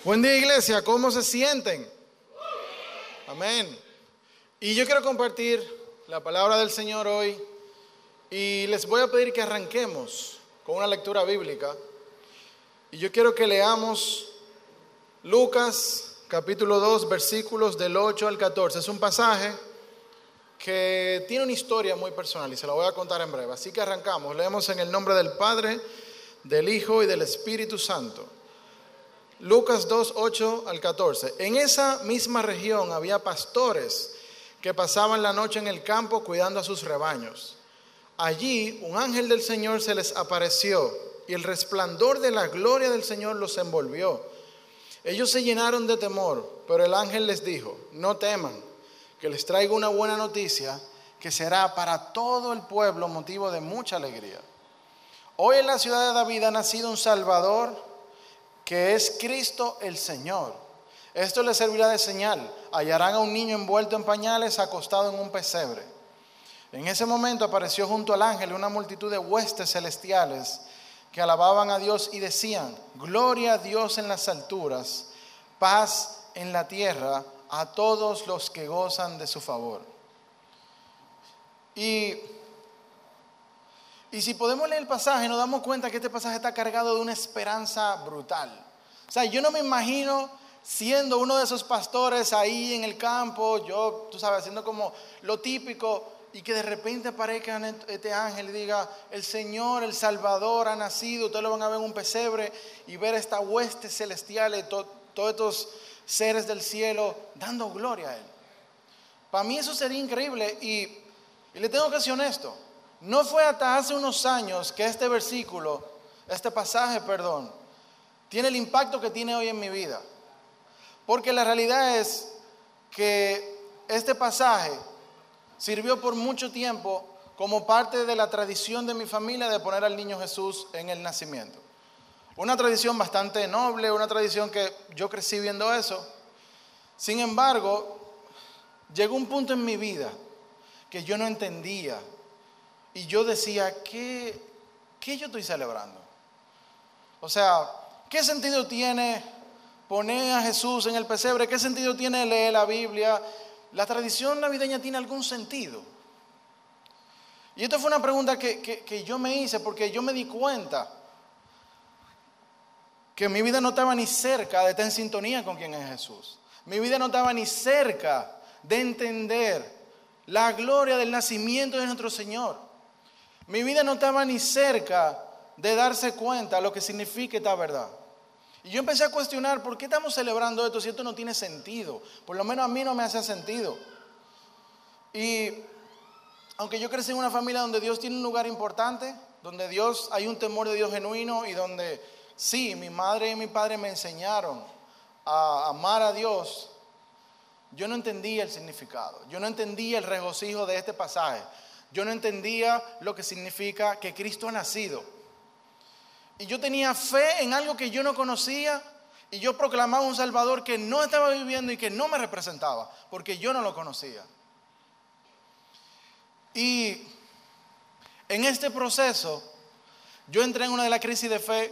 Buen día, iglesia, ¿cómo se sienten? Amén. Y yo quiero compartir la palabra del Señor hoy y les voy a pedir que arranquemos con una lectura bíblica. Y yo quiero que leamos Lucas capítulo 2, versículos del 8 al 14. Es un pasaje que tiene una historia muy personal y se la voy a contar en breve. Así que arrancamos. Leemos en el nombre del Padre, del Hijo y del Espíritu Santo. Lucas 2, 8 al 14. En esa misma región había pastores que pasaban la noche en el campo cuidando a sus rebaños. Allí un ángel del Señor se les apareció y el resplandor de la gloria del Señor los envolvió. Ellos se llenaron de temor, pero el ángel les dijo: no teman, que les traigo una buena noticia que será para todo el pueblo motivo de mucha alegría. Hoy en la ciudad de David ha nacido un Salvador, que es Cristo el Señor. Esto les servirá de señal: hallarán a un niño envuelto en pañales, acostado en un pesebre. En ese momento apareció junto al ángel una multitud de huestes celestiales que alababan a Dios y decían: gloria a Dios en las alturas, paz en la tierra a todos los que gozan de su favor. Y si podemos leer el pasaje, nos damos cuenta que este pasaje está cargado de una esperanza brutal. O sea, yo no me imagino siendo uno de esos pastores ahí en el campo, tú sabes, haciendo como lo típico, y que de repente aparezca este ángel y diga: el Señor, el Salvador ha nacido. Ustedes lo van a ver en un pesebre y ver esta hueste celestial y todos estos seres del cielo dando gloria a Él. Para mí eso sería increíble y le tengo que ser honesto. No fue hasta hace unos años que este pasaje, tiene el impacto que tiene hoy en mi vida. Porque la realidad es que este pasaje sirvió por mucho tiempo como parte de la tradición de mi familia de poner al niño Jesús en el nacimiento. Una tradición bastante noble, una tradición que yo crecí viendo eso. Sin embargo, llegó un punto en mi vida que yo no entendía. Y yo decía: ¿qué yo estoy celebrando? O sea, ¿qué sentido tiene poner a Jesús en el pesebre? ¿Qué sentido tiene leer la Biblia? ¿La tradición navideña tiene algún sentido? Y esto fue una pregunta que yo me hice porque yo me di cuenta que mi vida no estaba ni cerca de estar en sintonía con quién es Jesús. Mi vida no estaba ni cerca de entender la gloria del nacimiento de nuestro Señor. Mi vida no estaba ni cerca de darse cuenta de lo que significa esta verdad. Y yo empecé a cuestionar: ¿por qué estamos celebrando esto si esto no tiene sentido? Por lo menos a mí no me hace sentido. Y aunque yo crecí en una familia donde Dios tiene un lugar importante, donde hay un temor de Dios genuino y donde sí, mi madre y mi padre me enseñaron a amar a Dios, yo no entendía el significado. Yo no entendía el regocijo de este pasaje. Yo no entendía lo que significa que Cristo ha nacido. Y yo tenía fe en algo que yo no conocía y yo proclamaba un Salvador que no estaba viviendo y que no me representaba porque yo no lo conocía. Y en este proceso yo entré en una de las crisis de fe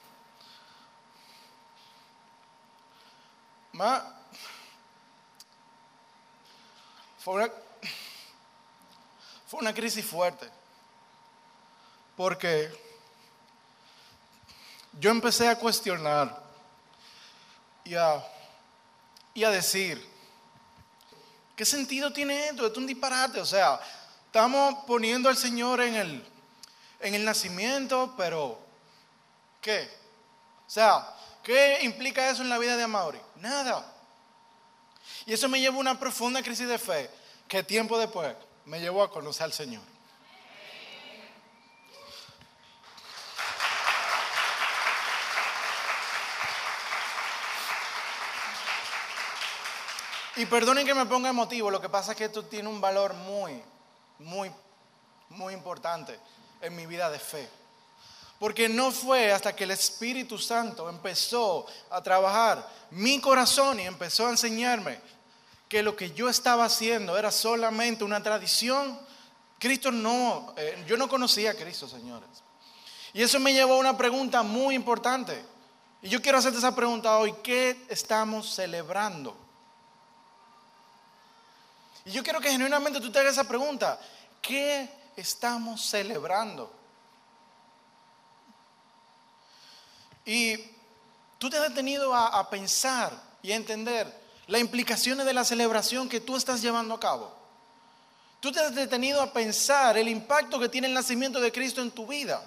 fue una crisis fuerte, porque yo empecé a cuestionar y a decir: ¿qué sentido tiene esto? Esto es un disparate. O sea, estamos poniendo al Señor en el nacimiento, pero ¿qué? O sea, ¿qué implica eso en la vida de Amaury? Nada. Y eso me llevó a una profunda crisis de fe que tiempo después me llevó a conocer al Señor. Y perdonen que me ponga emotivo, lo que pasa es que esto tiene un valor muy, muy, muy importante en mi vida de fe. Porque no fue hasta que el Espíritu Santo empezó a trabajar mi corazón y empezó a enseñarme que lo que yo estaba haciendo era solamente una tradición. Yo no conocía a Cristo, señores. Y eso me llevó a una pregunta muy importante. Y yo quiero hacerte esa pregunta hoy: ¿qué estamos celebrando? Y yo quiero que genuinamente tú te hagas esa pregunta: ¿qué estamos celebrando? Y tú te has detenido a pensar y a entender las implicaciones de la celebración que tú estás llevando a cabo. Tú te has detenido a pensar el impacto que tiene el nacimiento de Cristo en tu vida.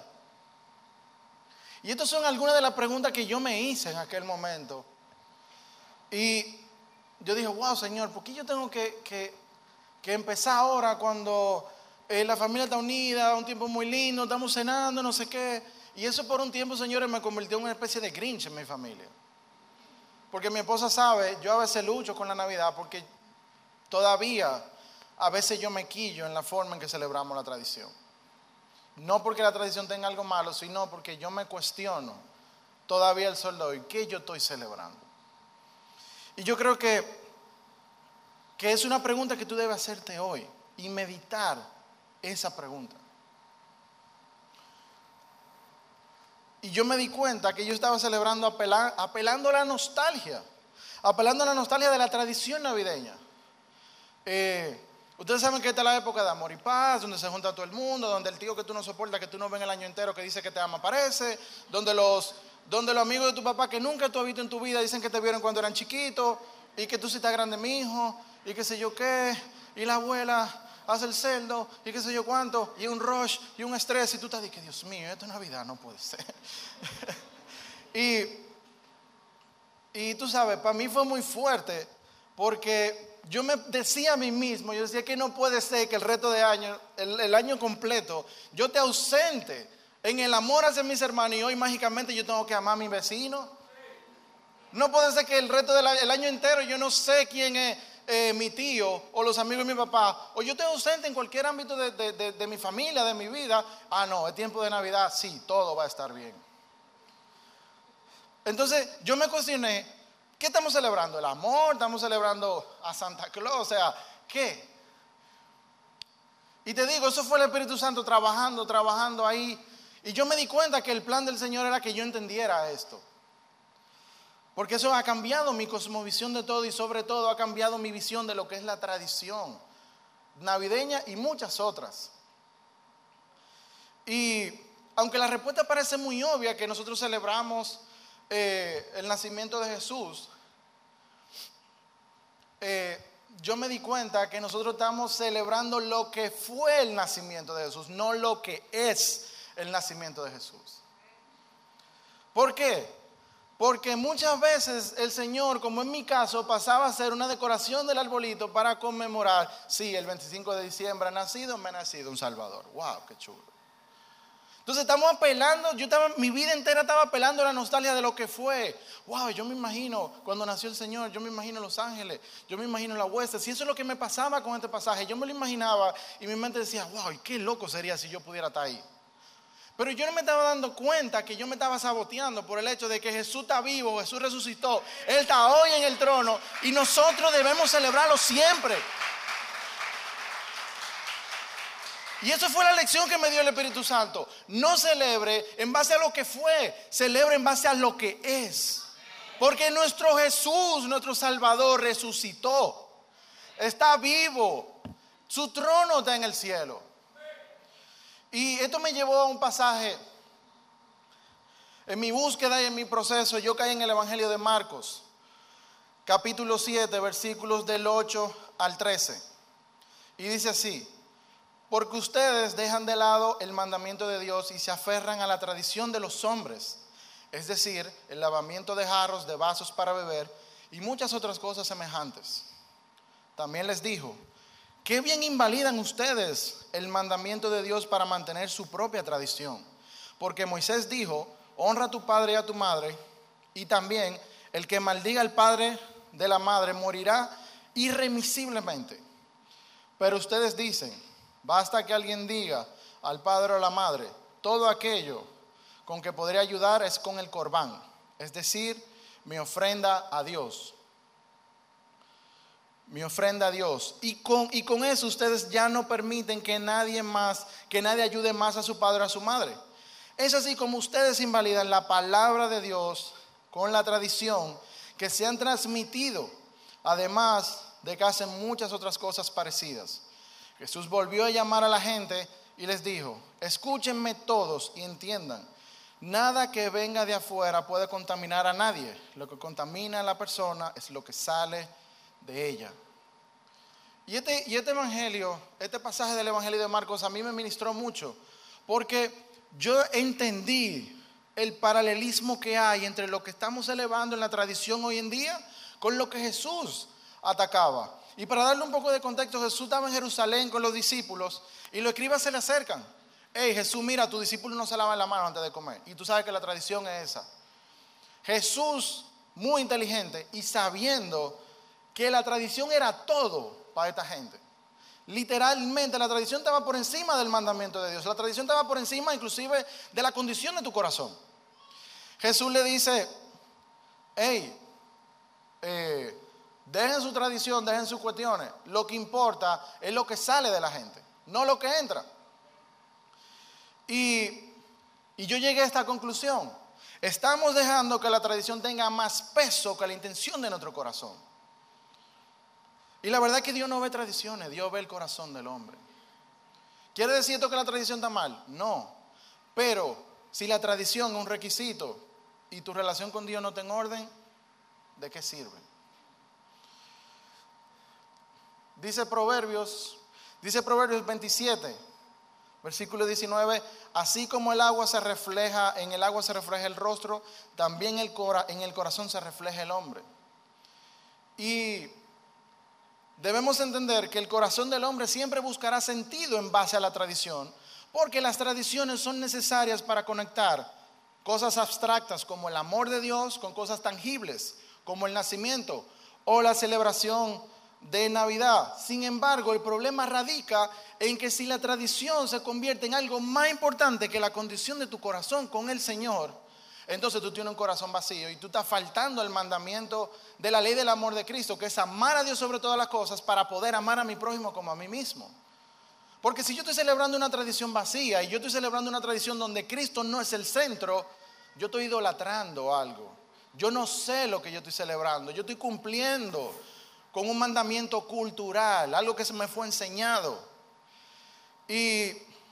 Y estas son algunas de las preguntas que yo me hice en aquel momento. Y yo dije: wow, Señor, ¿por qué yo tengo que empezar ahora cuando la familia está unida, un tiempo muy lindo, estamos cenando, no sé qué? Y eso por un tiempo, señores, me convirtió en una especie de Grinch en mi familia. Porque mi esposa sabe, yo a veces lucho con la Navidad porque todavía a veces yo me quillo en la forma en que celebramos la tradición. No porque la tradición tenga algo malo, sino porque yo me cuestiono todavía el sol de hoy, ¿qué yo estoy celebrando? Y yo creo que es una pregunta que tú debes hacerte hoy y meditar esa pregunta. Y yo me di cuenta que yo estaba celebrando apelando a la nostalgia de la tradición navideña. Ustedes saben que esta es la época de amor y paz, donde se junta todo el mundo, donde el tío que tú no soportas, que tú no ves el año entero, que dice que te ama, aparece, donde los amigos de tu papá que nunca tú has visto en tu vida dicen que te vieron cuando eran chiquitos y que tú sí estás grande, mi hijo, y qué sé yo qué, y la abuela hace el cerdo y qué sé yo cuánto, y un rush y un estrés, y tú estás diciendo: Dios mío, esto es Navidad, no puede ser. y tú sabes, para mí fue muy fuerte, porque yo me decía a mí mismo, yo decía que no puede ser que el resto de año, el año completo, yo te ausente en el amor hacia mis hermanos, y hoy mágicamente yo tengo que amar a mi vecino. No puede ser que el resto del año entero yo no sé quién es mi tío o los amigos de mi papá, o yo estoy ausente en cualquier ámbito de mi familia, de mi vida. No, es tiempo de Navidad, sí, todo va a estar bien. Entonces yo me cuestioné: ¿qué estamos celebrando? ¿El amor? ¿Estamos celebrando a Santa Claus? O sea, ¿qué? Y te digo, eso fue el Espíritu Santo trabajando ahí. Y yo me di cuenta que el plan del Señor era que yo entendiera esto. Porque eso ha cambiado mi cosmovisión de todo, y sobre todo ha cambiado mi visión de lo que es la tradición navideña y muchas otras. Y aunque la respuesta parece muy obvia, que nosotros celebramos el nacimiento de Jesús, yo me di cuenta que nosotros estamos celebrando lo que fue el nacimiento de Jesús, no lo que es el nacimiento de Jesús. ¿Por qué? Porque muchas veces el Señor, como en mi caso, pasaba a ser una decoración del arbolito para conmemorar: sí, el 25 de diciembre me ha nacido un Salvador. ¡Wow! ¡Qué chulo! Entonces estamos apelando, mi vida entera estaba apelando a la nostalgia de lo que fue. ¡Wow! Yo me imagino cuando nació el Señor, yo me imagino los ángeles, yo me imagino la hueste. Si eso es lo que me pasaba con este pasaje, yo me lo imaginaba y mi mente decía: ¡wow! ¿Qué loco sería si yo pudiera estar ahí? Pero yo no me estaba dando cuenta que yo me estaba saboteando por el hecho de que Jesús está vivo, Jesús resucitó, Él está hoy en el trono y nosotros debemos celebrarlo siempre. Y eso fue la lección que me dio el Espíritu Santo. No celebre en base a lo que fue, celebre en base a lo que es. Porque nuestro Jesús, nuestro Salvador, resucitó, está vivo, su trono está en el cielo. Y esto me llevó a un pasaje. En mi búsqueda y en mi proceso, yo caí en el Evangelio de Marcos, capítulo 7, versículos del 8 al 13. Y dice así: porque ustedes dejan de lado el mandamiento de Dios y se aferran a la tradición de los hombres, es decir, el lavamiento de jarros, de vasos para beber y muchas otras cosas semejantes. También les dijo: qué bien invalidan ustedes el mandamiento de Dios para mantener su propia tradición. Porque Moisés dijo: honra a tu padre y a tu madre, y también el que maldiga al padre de la madre morirá irremisiblemente. Pero ustedes dicen: basta que alguien diga al padre o a la madre: todo aquello con que podré ayudar es con el corbán, es decir, mi ofrenda a Dios. Mi ofrenda a Dios. Y con eso ustedes ya no permiten que nadie ayude más a su padre o a su madre. Es así como ustedes invalidan la palabra de Dios con la tradición que se han transmitido, además de que hacen muchas otras cosas parecidas. Jesús volvió a llamar a la gente y les dijo: escúchenme todos y entiendan, nada que venga de afuera puede contaminar a nadie. Lo que contamina a la persona es lo que sale de ella. Y este evangelio, este pasaje del evangelio de Marcos a mí me ministró mucho, porque yo entendí el paralelismo que hay entre lo que estamos celebrando en la tradición hoy en día con lo que Jesús atacaba. Y para darle un poco de contexto, Jesús estaba en Jerusalén con los discípulos y los escribas se le acercan. Hey, Jesús, mira, tus discípulos no se lavan la mano antes de comer. Y tú sabes que la tradición es esa. Jesús, muy inteligente y sabiendo que la tradición era todo para esta gente. Literalmente la tradición estaba por encima del mandamiento de Dios. La tradición estaba por encima inclusive de la condición de tu corazón. Jesús le dice: hey, dejen su tradición, dejen sus cuestiones. Lo que importa es lo que sale de la gente, no lo que entra. Y yo llegué a esta conclusión: estamos dejando que la tradición tenga más peso que la intención de nuestro corazón. Y la verdad es que Dios no ve tradiciones, Dios ve el corazón del hombre. ¿Quiere decir esto que la tradición está mal? No. Pero si la tradición es un requisito y tu relación con Dios no está en orden, ¿de qué sirve? Dice Proverbios 27, versículo 19: así como el agua se refleja, en el agua se refleja el rostro, también en el corazón se refleja el hombre. Y debemos entender que el corazón del hombre siempre buscará sentido en base a la tradición, porque las tradiciones son necesarias para conectar cosas abstractas como el amor de Dios con cosas tangibles como el nacimiento o la celebración de Navidad. Sin embargo, el problema radica en que si la tradición se convierte en algo más importante que la condición de tu corazón con el Señor, entonces tú tienes un corazón vacío y tú estás faltando al mandamiento de la ley del amor de Cristo, que es amar a Dios sobre todas las cosas para poder amar a mi prójimo como a mí mismo. Porque si yo estoy celebrando una tradición vacía y yo estoy celebrando una tradición donde Cristo no es el centro, yo estoy idolatrando algo. Yo no sé lo que yo estoy celebrando, yo estoy cumpliendo con un mandamiento cultural, algo que se me fue enseñado. Y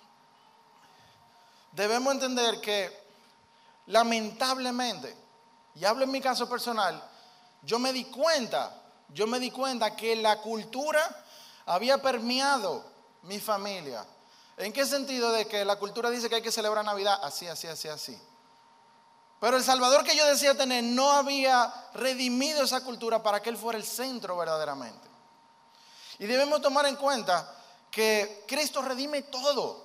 debemos entender que lamentablemente, y hablo en mi caso personal, yo me di cuenta que la cultura había permeado mi familia. ¿En qué sentido? De que la cultura dice que hay que celebrar Navidad así. Pero el Salvador que yo decía tener no había redimido esa cultura para que Él fuera el centro verdaderamente. Y debemos tomar en cuenta que Cristo redime todo.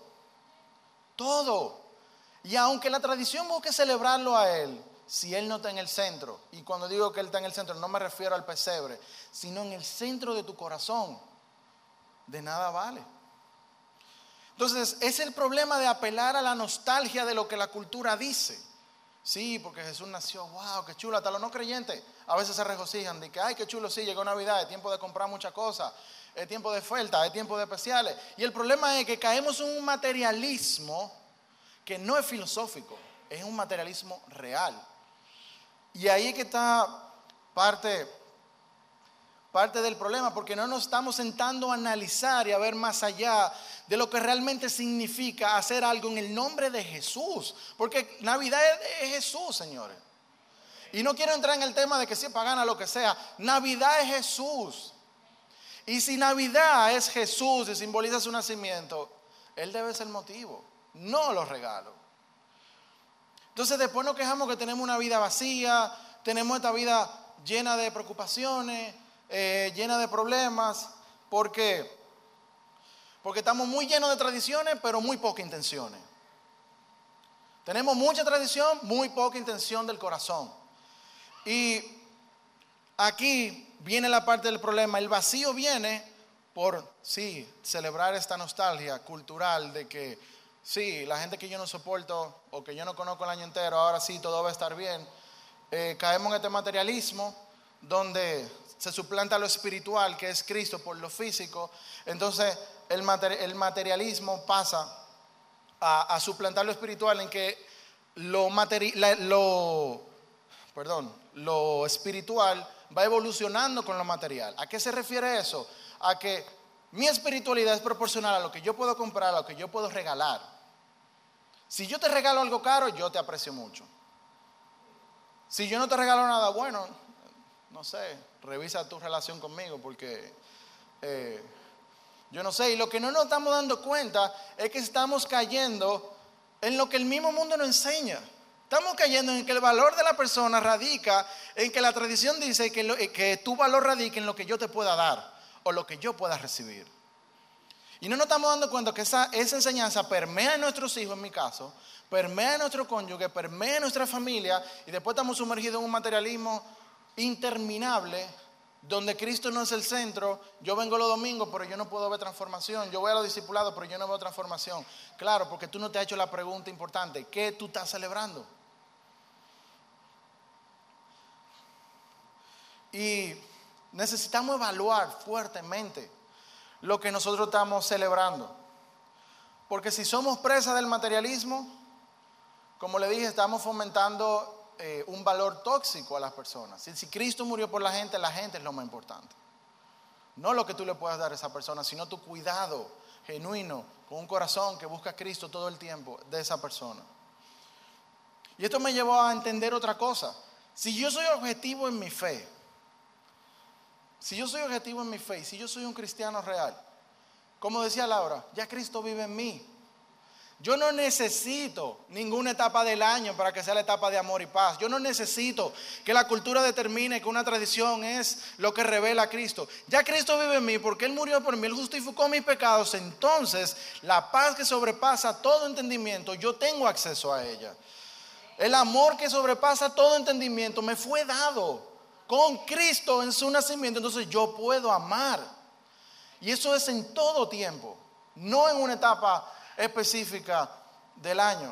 Y aunque la tradición busque celebrarlo a Él, si Él no está en el centro, y cuando digo que Él está en el centro no me refiero al pesebre, sino en el centro de tu corazón, de nada vale. Entonces es el problema de apelar a la nostalgia de lo que la cultura dice. Sí, porque Jesús nació, wow, qué chulo. Hasta los no creyentes a veces se regocijan de que, ay, qué chulo, sí, llegó Navidad, es tiempo de comprar muchas cosas, es tiempo de ofertas, es tiempo de especiales. Y el problema es que caemos en un materialismo que no es filosófico, es un materialismo real. Y ahí es que está parte del problema, porque no nos estamos sentando a analizar y a ver más allá de lo que realmente significa hacer algo en el nombre de Jesús. Porque Navidad es Jesús, señores. Y no quiero entrar en el tema de que si es pagana o lo que sea. Navidad es Jesús. Y si Navidad es Jesús y simboliza su nacimiento, Él debe ser el motivo, no los regalos. Entonces después nos quejamos que tenemos una vida vacía, tenemos esta vida llena de preocupaciones, llena de problemas. ¿Por qué? Porque estamos muy llenos de tradiciones, pero muy pocas intenciones. Tenemos mucha tradición, muy poca intención del corazón. Y aquí viene la parte del problema. El vacío viene por, sí, celebrar esta nostalgia cultural de que, sí, la gente que yo no soporto o que yo no conozco el año entero, ahora sí, todo va a estar bien. Caemos en este materialismo donde se suplanta lo espiritual, que es Cristo, por lo físico. Entonces el materialismo pasa a suplantar lo espiritual, en que lo espiritual va evolucionando con lo material. ¿A qué se refiere eso? A que mi espiritualidad es proporcional a lo que yo puedo comprar, a lo que yo puedo regalar. Si yo te regalo algo caro, yo te aprecio mucho. Si yo no te regalo nada bueno, no sé, revisa tu relación conmigo porque yo no sé. Y lo que no nos estamos dando cuenta es que estamos cayendo en lo que el mismo mundo nos enseña. Estamos cayendo en que el valor de la persona radica en que la tradición dice que tu valor radica en lo que yo te pueda dar o lo que yo pueda recibir. Y no nos estamos dando cuenta que esa enseñanza permea en nuestros hijos, en mi caso, permea en nuestro cónyuge, permea en nuestra familia, y después estamos sumergidos en un materialismo interminable donde Cristo no es el centro. Yo vengo los domingos, pero yo no puedo ver transformación. Yo voy a los discipulados, pero yo no veo transformación. Claro, porque tú no te has hecho la pregunta importante: ¿qué tú estás celebrando? Y necesitamos evaluar fuertemente lo que nosotros estamos celebrando. Porque si somos presas del materialismo, como le dije, estamos fomentando un valor tóxico a las personas. Si Cristo murió por la gente es lo más importante. No lo que tú le puedas dar a esa persona, sino tu cuidado genuino, con un corazón que busca a Cristo todo el tiempo de esa persona. Y esto me llevó a entender otra cosa. Si yo soy objetivo en mi fe, si yo soy un cristiano real, como decía Laura, ya Cristo vive en mí. Yo no necesito ninguna etapa del año para que sea la etapa de amor y paz. Yo no necesito que la cultura determine que una tradición es lo que revela a Cristo. Ya Cristo vive en mí porque Él murió por mí, Él justificó mis pecados. Entonces, la paz que sobrepasa todo entendimiento, yo tengo acceso a ella. El amor que sobrepasa todo entendimiento me fue dado con Cristo en su nacimiento. Entonces yo puedo amar. Y eso es en todo tiempo, no en una etapa específica del año.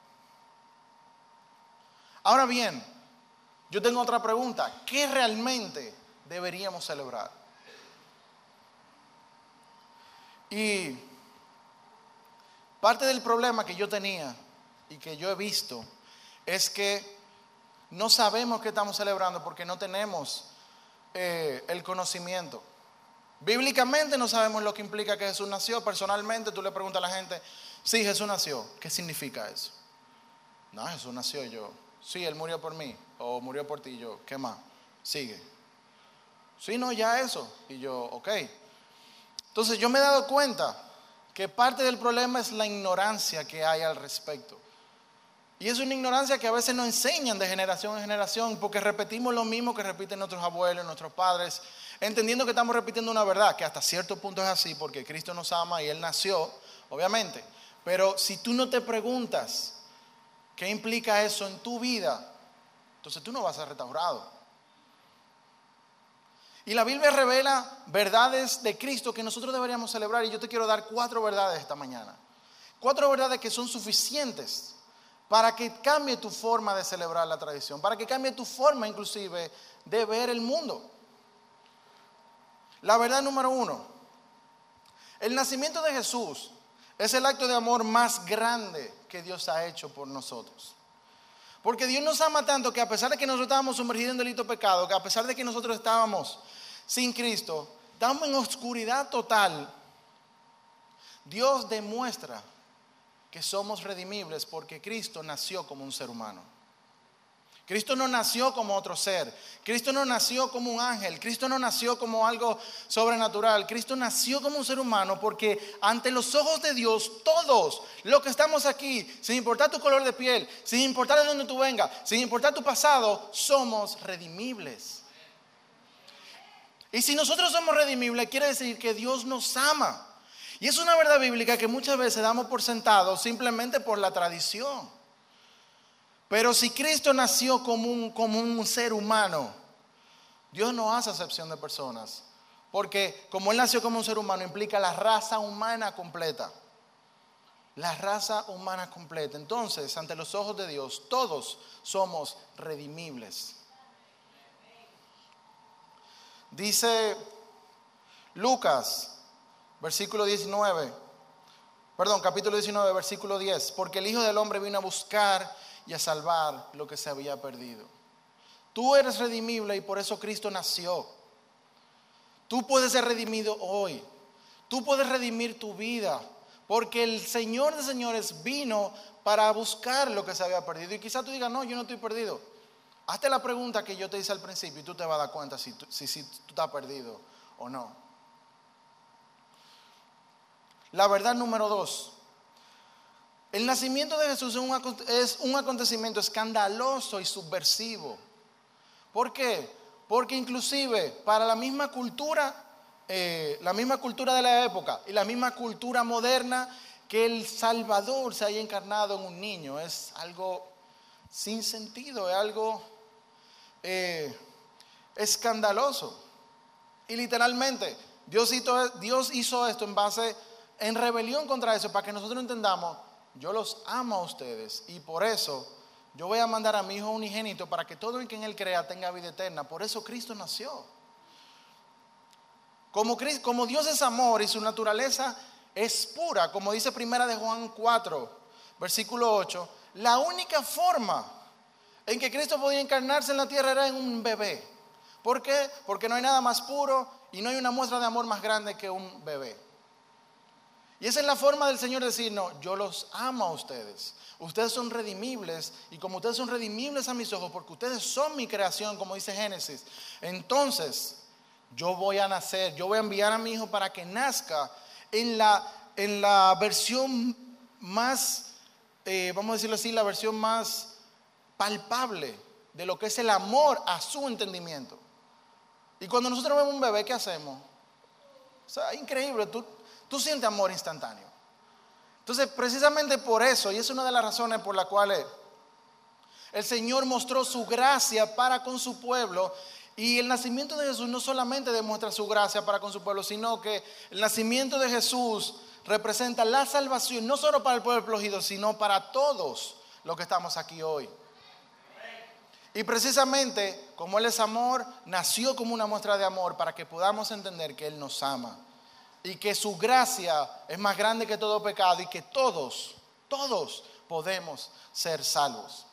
Ahora bien, yo tengo otra pregunta: ¿qué realmente deberíamos celebrar? Y parte del problema que yo tenía y que yo he visto es que no sabemos qué estamos celebrando porque no tenemos el conocimiento. Bíblicamente no sabemos lo que implica que Jesús nació. Personalmente tú le preguntas a la gente: sí, Jesús nació, ¿qué significa eso? No, Jesús nació. Yo, sí, Él murió por mí o murió por ti. Yo, ¿qué más? Sigue. Sí, no, ya eso. Y yo, ok. Entonces yo me he dado cuenta que parte del problema es la ignorancia que hay al respecto. Y es una ignorancia que a veces nos enseñan de generación en generación, porque repetimos lo mismo que repiten nuestros abuelos, nuestros padres, entendiendo que estamos repitiendo una verdad, que hasta cierto punto es así, porque Cristo nos ama y Él nació, obviamente. Pero si tú no te preguntas qué implica eso en tu vida, entonces tú no vas a ser restaurado. Y la Biblia revela verdades de Cristo que nosotros deberíamos celebrar, y yo te quiero dar 4 verdades esta mañana. 4 verdades que son suficientes para que cambie tu forma de celebrar la tradición, para que cambie tu forma inclusive de ver el mundo. La verdad número 1: el nacimiento de Jesús es el acto de amor más grande que Dios ha hecho por nosotros. Porque Dios nos ama tanto que a pesar de que nosotros estábamos sumergidos en delito pecado, que a pesar de que nosotros estábamos sin Cristo, estábamos en oscuridad total, Dios demuestra que somos redimibles porque Cristo nació como un ser humano. Cristo no nació como otro ser. Cristo no nació como un ángel. Cristo no nació como algo sobrenatural. Cristo nació como un ser humano porque ante los ojos de Dios, todos los que estamos aquí, sin importar tu color de piel, sin importar de dónde tú vengas, sin importar tu pasado, somos redimibles. Y si nosotros somos redimibles, quiere decir que Dios nos ama. Y es una verdad bíblica que muchas veces damos por sentado simplemente por la tradición. Pero si Cristo nació como un ser humano, Dios no hace acepción de personas. Porque como Él nació como un ser humano, implica la raza humana completa. La raza humana completa. Entonces, ante los ojos de Dios, todos somos redimibles. Dice Lucas, capítulo 19, versículo 10. Porque el Hijo del Hombre vino a buscar y a salvar lo que se había perdido. Tú eres redimible y por eso Cristo nació. Tú puedes ser redimido hoy. Tú puedes redimir tu vida. Porque el Señor de señores vino para buscar lo que se había perdido. Y quizás tú digas, no, yo no estoy perdido. Hazte la pregunta que yo te hice al principio y tú te vas a dar cuenta si tú estás perdido o no. La verdad número 2. El nacimiento de Jesús es un acontecimiento escandaloso y subversivo. ¿Por qué? Porque inclusive para la misma cultura de la época y la misma cultura moderna, que el Salvador se haya encarnado en un niño es algo sin sentido, es algo escandaloso. Y literalmente Dios hizo esto en rebelión contra eso, para que nosotros entendamos: yo los amo a ustedes y por eso yo voy a mandar a mi Hijo unigénito para que todo el que en Él crea tenga vida eterna. Por eso Cristo nació. Como Dios es amor y su naturaleza es pura, como dice Primera de Juan 4, versículo 8, la única forma en que Cristo podía encarnarse en la tierra era en un bebé. ¿Por qué? Porque no hay nada más puro y no hay una muestra de amor más grande que un bebé. Y esa es la forma del Señor de decir: no, yo los amo a ustedes. Ustedes son redimibles, y como ustedes son redimibles a mis ojos, porque ustedes son mi creación, como dice Génesis, entonces yo voy a nacer, yo voy a enviar a mi Hijo para que nazca en la versión más, vamos a decirlo así, la versión más palpable de lo que es el amor a su entendimiento. Y cuando nosotros vemos un bebé, ¿qué hacemos? O sea, es increíble, tú sientes amor instantáneo. Entonces, precisamente por eso, y es una de las razones por las cuales el Señor mostró su gracia para con su pueblo. Y el nacimiento de Jesús no solamente demuestra su gracia para con su pueblo, sino que el nacimiento de Jesús representa la salvación, no solo para el pueblo escogido, sino para todos los que estamos aquí hoy. Y precisamente, como Él es amor, nació como una muestra de amor para que podamos entender que Él nos ama. Y que su gracia es más grande que todo pecado y que todos podemos ser salvos.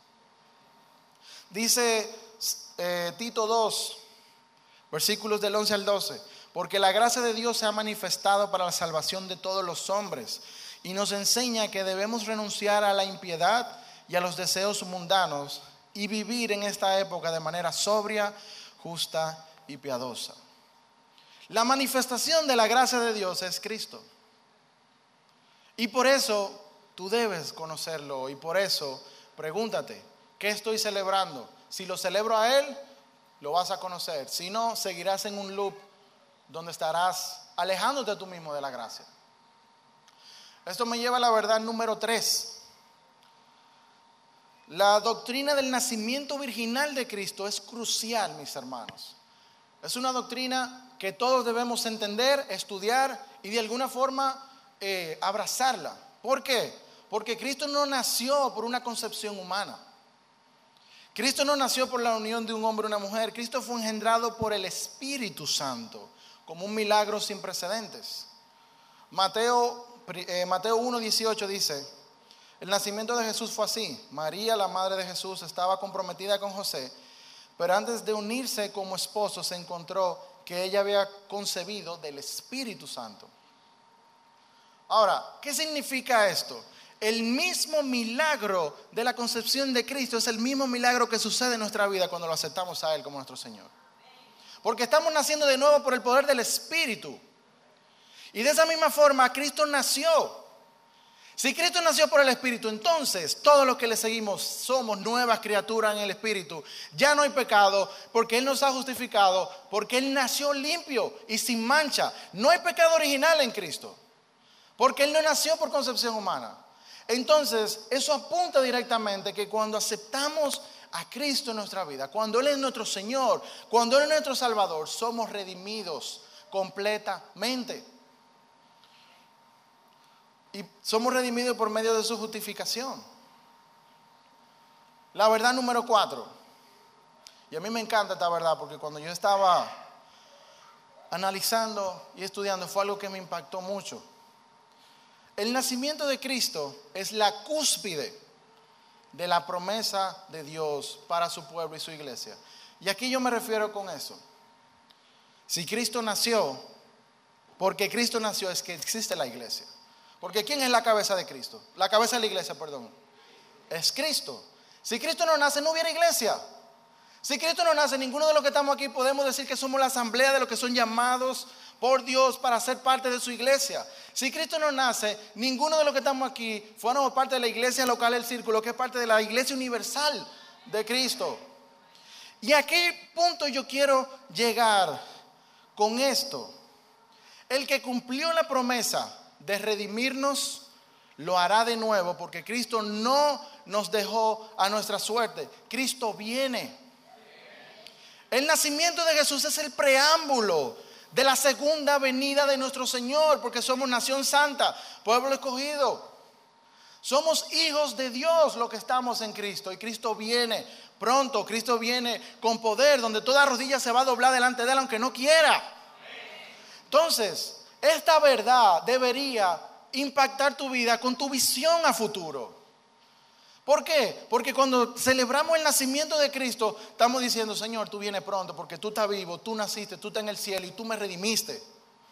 Dice Tito 2, versículos del 11 al 12. Porque la gracia de Dios se ha manifestado para la salvación de todos los hombres. Y nos enseña que debemos renunciar a la impiedad y a los deseos mundanos y vivir en esta época de manera sobria, justa y piadosa. La manifestación de la gracia de Dios es Cristo. Y por eso tú debes conocerlo. Y por eso pregúntate: ¿qué estoy celebrando? Si lo celebro a Él, lo vas a conocer. Si no, seguirás en un loop donde estarás alejándote tú mismo de la gracia. Esto me lleva a la verdad número 3. La doctrina del nacimiento virginal de Cristo es crucial, mis hermanos. Es una doctrina que todos debemos entender, estudiar y de alguna forma abrazarla. ¿Por qué? Porque Cristo no nació por una concepción humana. Cristo no nació por la unión de un hombre y una mujer. Cristo fue engendrado por el Espíritu Santo, como un milagro sin precedentes. Mateo 1:18 dice: el nacimiento de Jesús fue así. María, la madre de Jesús, estaba comprometida con José, pero antes de unirse como esposo se encontró que ella había concebido del Espíritu Santo. Ahora, ¿qué significa esto? El mismo milagro de la concepción de Cristo es el mismo milagro que sucede en nuestra vida cuando lo aceptamos a Él como nuestro Señor. Porque estamos naciendo de nuevo por el poder del Espíritu. Y de esa misma forma Cristo nació. Si Cristo nació por el Espíritu, entonces todos los que le seguimos somos nuevas criaturas en el Espíritu. Ya no hay pecado porque Él nos ha justificado, porque Él nació limpio y sin mancha. No hay pecado original en Cristo, porque Él no nació por concepción humana. Entonces, eso apunta directamente que cuando aceptamos a Cristo en nuestra vida, cuando Él es nuestro Señor, cuando Él es nuestro Salvador, somos redimidos completamente. Y somos redimidos por medio de su justificación. La verdad número 4. Y a mí me encanta esta verdad porque cuando yo estaba analizando y estudiando fue algo que me impactó mucho. El nacimiento de Cristo es la cúspide de la promesa de Dios para su pueblo y su iglesia. Y aquí yo me refiero con eso. Si Cristo nació, porque Cristo nació es que existe la iglesia. Porque ¿quién es la cabeza de Cristo? La cabeza de la iglesia, perdón. Es Cristo. Si Cristo no nace, no hubiera iglesia. Si Cristo no nace, ninguno de los que estamos aquí podemos decir que somos la asamblea de los que son llamados por Dios para ser parte de su iglesia. Si Cristo no nace, ninguno de los que estamos aquí fuéramos parte de la iglesia local del Círculo, que es parte de la iglesia universal de Cristo. ¿Y a qué punto yo quiero llegar con esto? El que cumplió la promesa de redimirnos, lo hará de nuevo, porque Cristo no nos dejó a nuestra suerte. Cristo viene. El nacimiento de Jesús es el preámbulo de la segunda venida de nuestro Señor, porque somos nación santa, pueblo escogido. Somos hijos de Dios los que estamos en Cristo, y Cristo viene pronto. Cristo viene con poder, donde toda rodilla se va a doblar delante de él aunque no quiera. Entonces, esta verdad debería impactar tu vida con tu visión a futuro. ¿Por qué? Porque cuando celebramos el nacimiento de Cristo, estamos diciendo: Señor, tú vienes pronto porque tú estás vivo, tú naciste, tú estás en el cielo y tú me redimiste.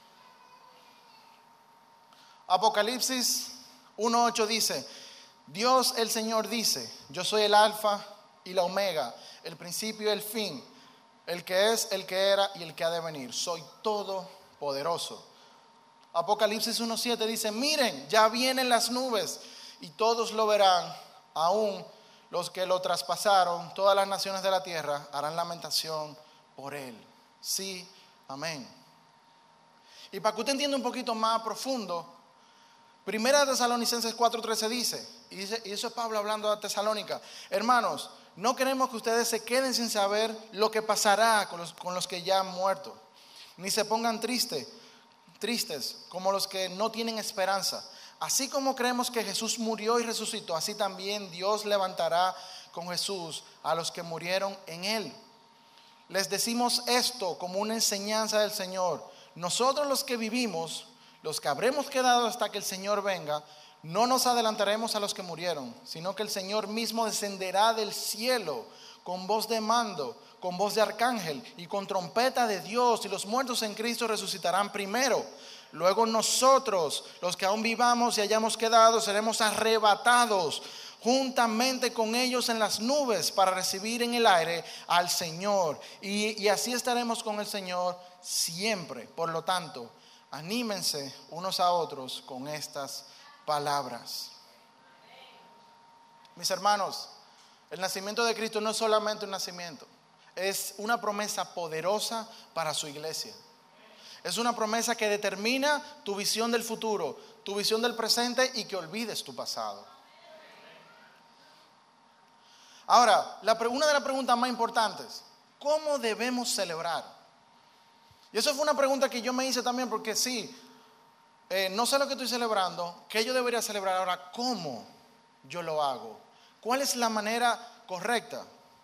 Apocalipsis 1:8 dice: Dios el Señor dice: yo soy el alfa y la omega, el principio y el fin, el que es, el que era y el que ha de venir. Soy todopoderoso. Apocalipsis 1:7 dice: miren, ya vienen las nubes y todos lo verán, aún los que lo traspasaron, todas las naciones de la tierra harán lamentación por él. Sí, amén. Y para que usted entienda un poquito más profundo, Primera de Tesalonicenses 4:13 dice, y eso es Pablo hablando a Tesalónica: hermanos, no queremos que ustedes se queden sin saber lo que pasará con los que ya han muerto, ni se pongan tristes como los que no tienen esperanza. Así como creemos que Jesús murió y resucitó, así también Dios levantará con Jesús a los que murieron en él. Les decimos esto como una enseñanza del Señor: nosotros los que vivimos, los que habremos quedado hasta que el Señor venga, no nos adelantaremos a los que murieron, sino que el Señor mismo descenderá del cielo con voz de mando, con voz de arcángel y con trompeta de Dios, y los muertos en Cristo resucitarán primero. Luego nosotros, los que aún vivamos y hayamos quedado, seremos arrebatados juntamente con ellos en las nubes para recibir en el aire al Señor. Y así estaremos con el Señor siempre. Por lo tanto, anímense unos a otros con estas palabras. Mis hermanos, el nacimiento de Cristo no es solamente un nacimiento, es una promesa poderosa para su iglesia. Es una promesa que determina tu visión del futuro, tu visión del presente, y que olvides tu pasado. Ahora, una de las preguntas más importantes: ¿cómo debemos celebrar? Y eso fue una pregunta que yo me hice también, porque sí, no sé lo que estoy celebrando, ¿qué yo debería celebrar? Ahora, ¿cómo yo lo hago? ¿Cuál es la manera correcta?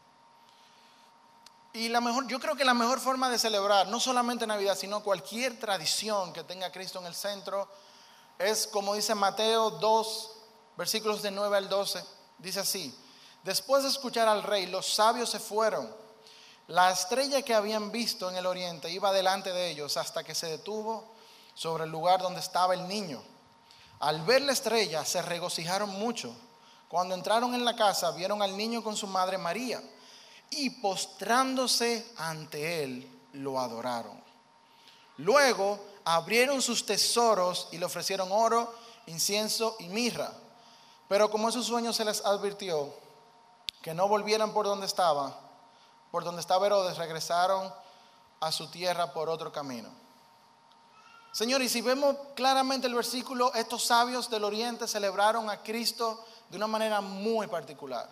Y yo creo que la mejor forma de celebrar, no solamente Navidad, sino cualquier tradición que tenga a Cristo en el centro, es como dice Mateo 2, versículos de 9 al 12. Dice así: después de escuchar al rey, los sabios se fueron. La estrella que habían visto en el oriente iba delante de ellos hasta que se detuvo sobre el lugar donde estaba el niño. Al ver la estrella se regocijaron mucho. Cuando entraron en la casa, vieron al niño con su madre María, y postrándose ante él, lo adoraron. Luego abrieron sus tesoros y le ofrecieron oro, incienso y mirra. Pero como en sus sueños se les advirtió que no volvieran por donde estaba Herodes, regresaron a su tierra por otro camino. Señor, y si vemos claramente el versículo, estos sabios del oriente celebraron a Cristo de una manera muy particular.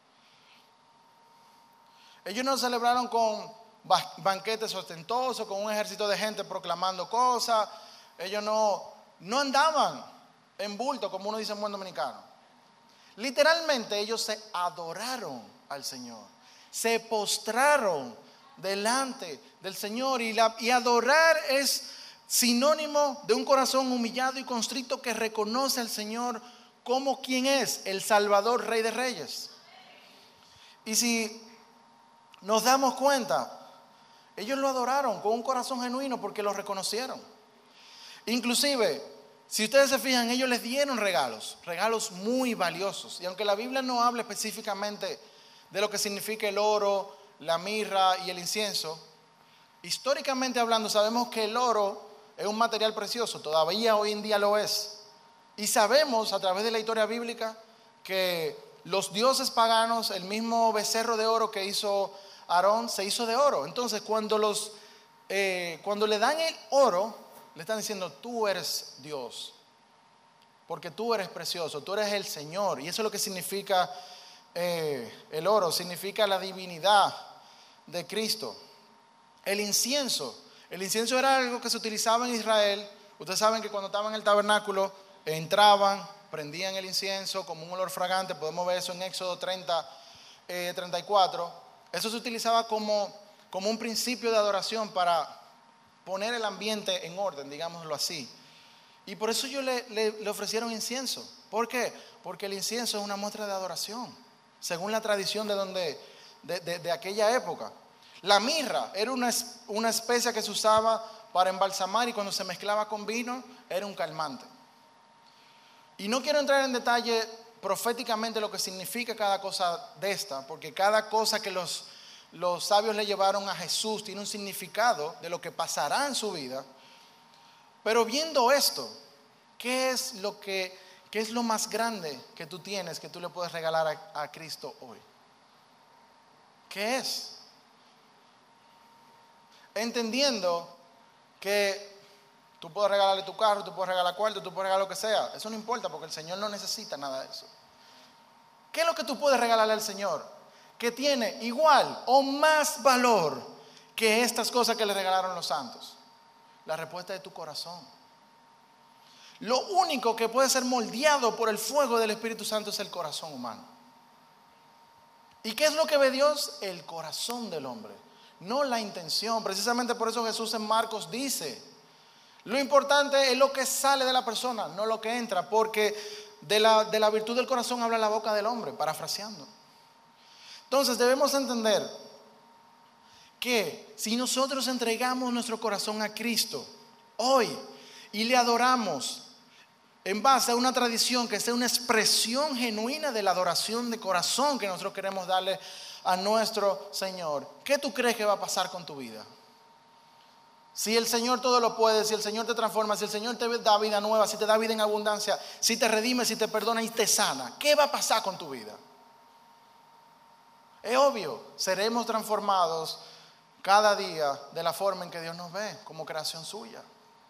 Ellos no celebraron con banquetes ostentosos, con un ejército de gente proclamando cosas. Ellos no andaban en bulto, como uno dice en buen dominicano. Literalmente ellos se adoraron al Señor, se postraron delante del Señor. Y adorar es sinónimo de un corazón humillado y constricto que reconoce al Señor como quien es: el Salvador, Rey de Reyes. Y si nos damos cuenta, ellos lo adoraron con un corazón genuino porque lo reconocieron. Inclusive, si ustedes se fijan, ellos les dieron regalos muy valiosos. Y aunque la Biblia no habla específicamente de lo que significa el oro, la mirra y el incienso, históricamente hablando sabemos que el oro es un material precioso, todavía hoy en día lo es. Y sabemos a través de la historia bíblica que los dioses paganos, el mismo becerro de oro que hizo Aarón, se hizo de oro. Entonces cuando le dan el oro, le están diciendo: tú eres Dios, porque tú eres precioso, tú eres el Señor. Y eso es lo que significa el oro, significa la divinidad de Cristo. El incienso era algo que se utilizaba en Israel. Ustedes saben que cuando estaban en el tabernáculo, entraban, prendían el incienso como un olor fragante. Podemos ver eso en Éxodo 34. Eso se utilizaba como un principio de adoración para poner el ambiente en orden, digámoslo así. Y por eso ellos le ofrecieron incienso. ¿Por qué? Porque el incienso es una muestra de adoración, según la tradición de aquella época. La mirra era una especia que se usaba para embalsamar, y cuando se mezclaba con vino era un calmante. Y no quiero entrar en detalle proféticamente lo que significa cada cosa de esta, porque cada cosa que los sabios le llevaron a Jesús tiene un significado de lo que pasará en su vida. Pero viendo esto, ¿qué es lo más grande que tú tienes, que tú le puedes regalar a Cristo hoy? ¿Qué es? Entendiendo que tú puedes regalarle tu carro, tú puedes regalar cuarto, tú puedes regalar lo que sea. Eso no importa, porque el Señor no necesita nada de eso. ¿Qué es lo que tú puedes regalarle al Señor que tiene igual o más valor que estas cosas que le regalaron los santos? La respuesta de tu corazón. Lo único que puede ser moldeado por el fuego del Espíritu Santo es el corazón humano. ¿Y qué es lo que ve Dios? El corazón del hombre, no la intención. Precisamente por eso Jesús en Marcos dice: lo importante es lo que sale de la persona, no lo que entra, porque de la virtud del corazón habla la boca del hombre, parafraseando. Entonces debemos entender que si nosotros entregamos nuestro corazón a Cristo hoy y le adoramos en base a una tradición que sea una expresión genuina de la adoración de corazón que nosotros queremos darle a nuestro Señor, ¿qué tú crees que va a pasar con tu vida? Si el Señor todo lo puede, si el Señor te transforma, si el Señor te da vida nueva, si te da vida en abundancia, si te redime, si te perdona y te sana, ¿qué va a pasar con tu vida? Es obvio, seremos transformados cada día de la forma en que Dios nos ve, como creación suya.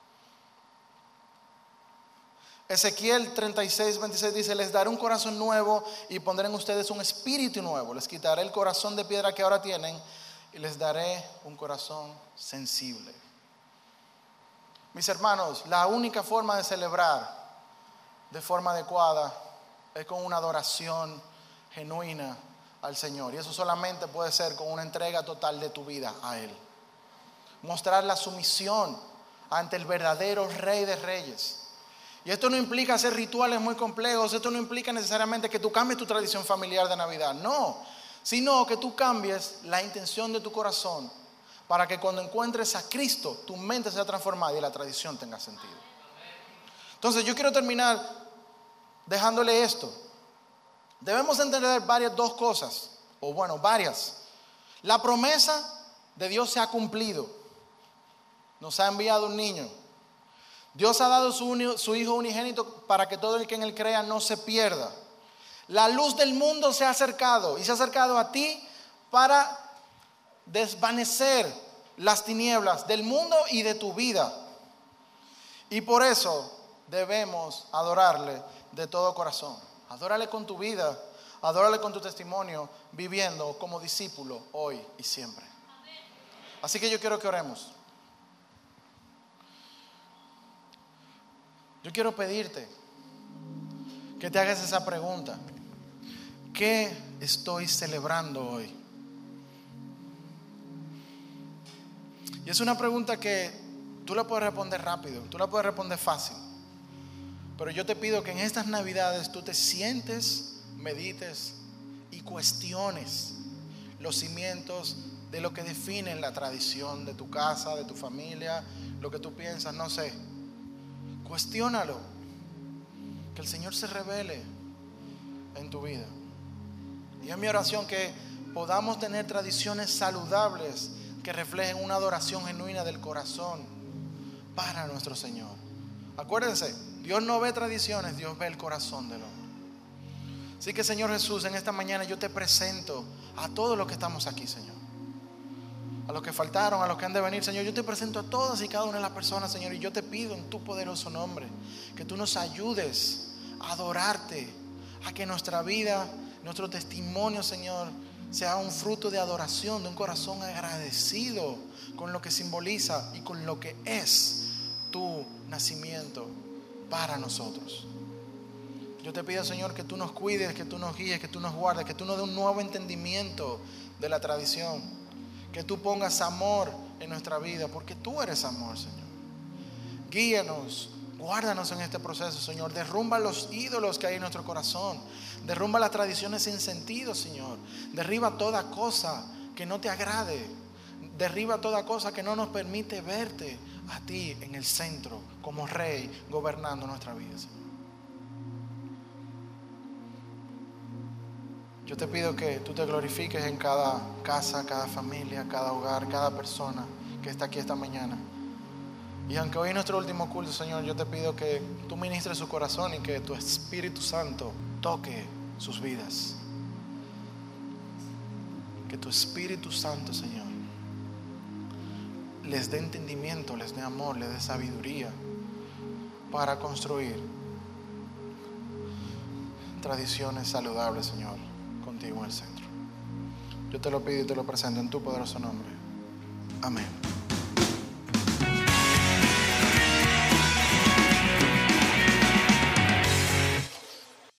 Ezequiel 36:26 dice: les daré un corazón nuevo y pondré en ustedes un espíritu nuevo. Les quitaré el corazón de piedra que ahora tienen y les daré un corazón sensible. Mis hermanos, la única forma de celebrar de forma adecuada es con una adoración genuina al Señor. Y eso solamente puede ser con una entrega total de tu vida a Él. Mostrar la sumisión ante el verdadero Rey de Reyes. Y esto no implica hacer rituales muy complejos. Esto no implica necesariamente que tú cambies tu tradición familiar de Navidad. No, sino que tú cambies la intención de tu corazón para que cuando encuentres a Cristo, tu mente sea transformada y la tradición tenga sentido. Entonces yo quiero terminar dejándole esto. Debemos entender varias cosas. La promesa de Dios se ha cumplido. Nos ha enviado un niño. Dios ha dado su Hijo unigénito para que todo el que en Él crea no se pierda. La luz del mundo se ha acercado y se ha acercado a ti para desvanecer las tinieblas del mundo y de tu vida. Y por eso debemos adorarle de todo corazón. Adórale con tu vida, adórale con tu testimonio, viviendo como discípulo hoy y siempre. Así que yo quiero que oremos. Yo quiero pedirte que te hagas esa pregunta: ¿qué estoy celebrando hoy? Y es una pregunta que tú la puedes responder rápido, tú la puedes responder fácil. Pero yo te pido que en estas Navidades tú te sientes, medites y cuestiones los cimientos de lo que define la tradición de tu casa, de tu familia, lo que tú piensas, no sé. Cuestiónalo. Que el Señor se revele en tu vida. Y es mi oración que podamos tener tradiciones saludables que reflejen una adoración genuina del corazón para nuestro Señor. Acuérdense, Dios no ve tradiciones, Dios ve el corazón del hombre. Así que, Señor Jesús, en esta mañana yo te presento a todos los que estamos aquí, Señor. A los que faltaron, a los que han de venir, Señor, yo te presento a todas y cada una de las personas, Señor, y yo te pido en tu poderoso nombre que tú nos ayudes a adorarte, a que nuestra vida, nuestro testimonio, Señor, sea un fruto de adoración, de un corazón agradecido con lo que simboliza y con lo que es tu nacimiento para nosotros. Yo te pido, Señor, que tú nos cuides, que tú nos guíes, que tú nos guardes, que tú nos des un nuevo entendimiento de la tradición, que tú pongas amor en nuestra vida, porque tú eres amor, Señor. Guíanos, guárdanos en este proceso, Señor. Derrumba los ídolos que hay en nuestro corazón. Derrumba las tradiciones sin sentido, Señor. Derriba toda cosa que no te agrade. Derriba toda cosa que no nos permite verte a ti en el centro, como Rey, gobernando nuestra vida, Señor. Yo te pido que tú te glorifiques en cada casa, cada familia, cada hogar, cada persona que está aquí esta mañana. Y aunque hoy es nuestro último culto, Señor, yo te pido que tú ministres su corazón y que tu Espíritu Santo toque sus vidas. Que tu Espíritu Santo, Señor, les dé entendimiento, les dé amor, les dé sabiduría para construir tradiciones saludables, Señor, contigo en el centro. Yo te lo pido y te lo presento en tu poderoso nombre. Amén.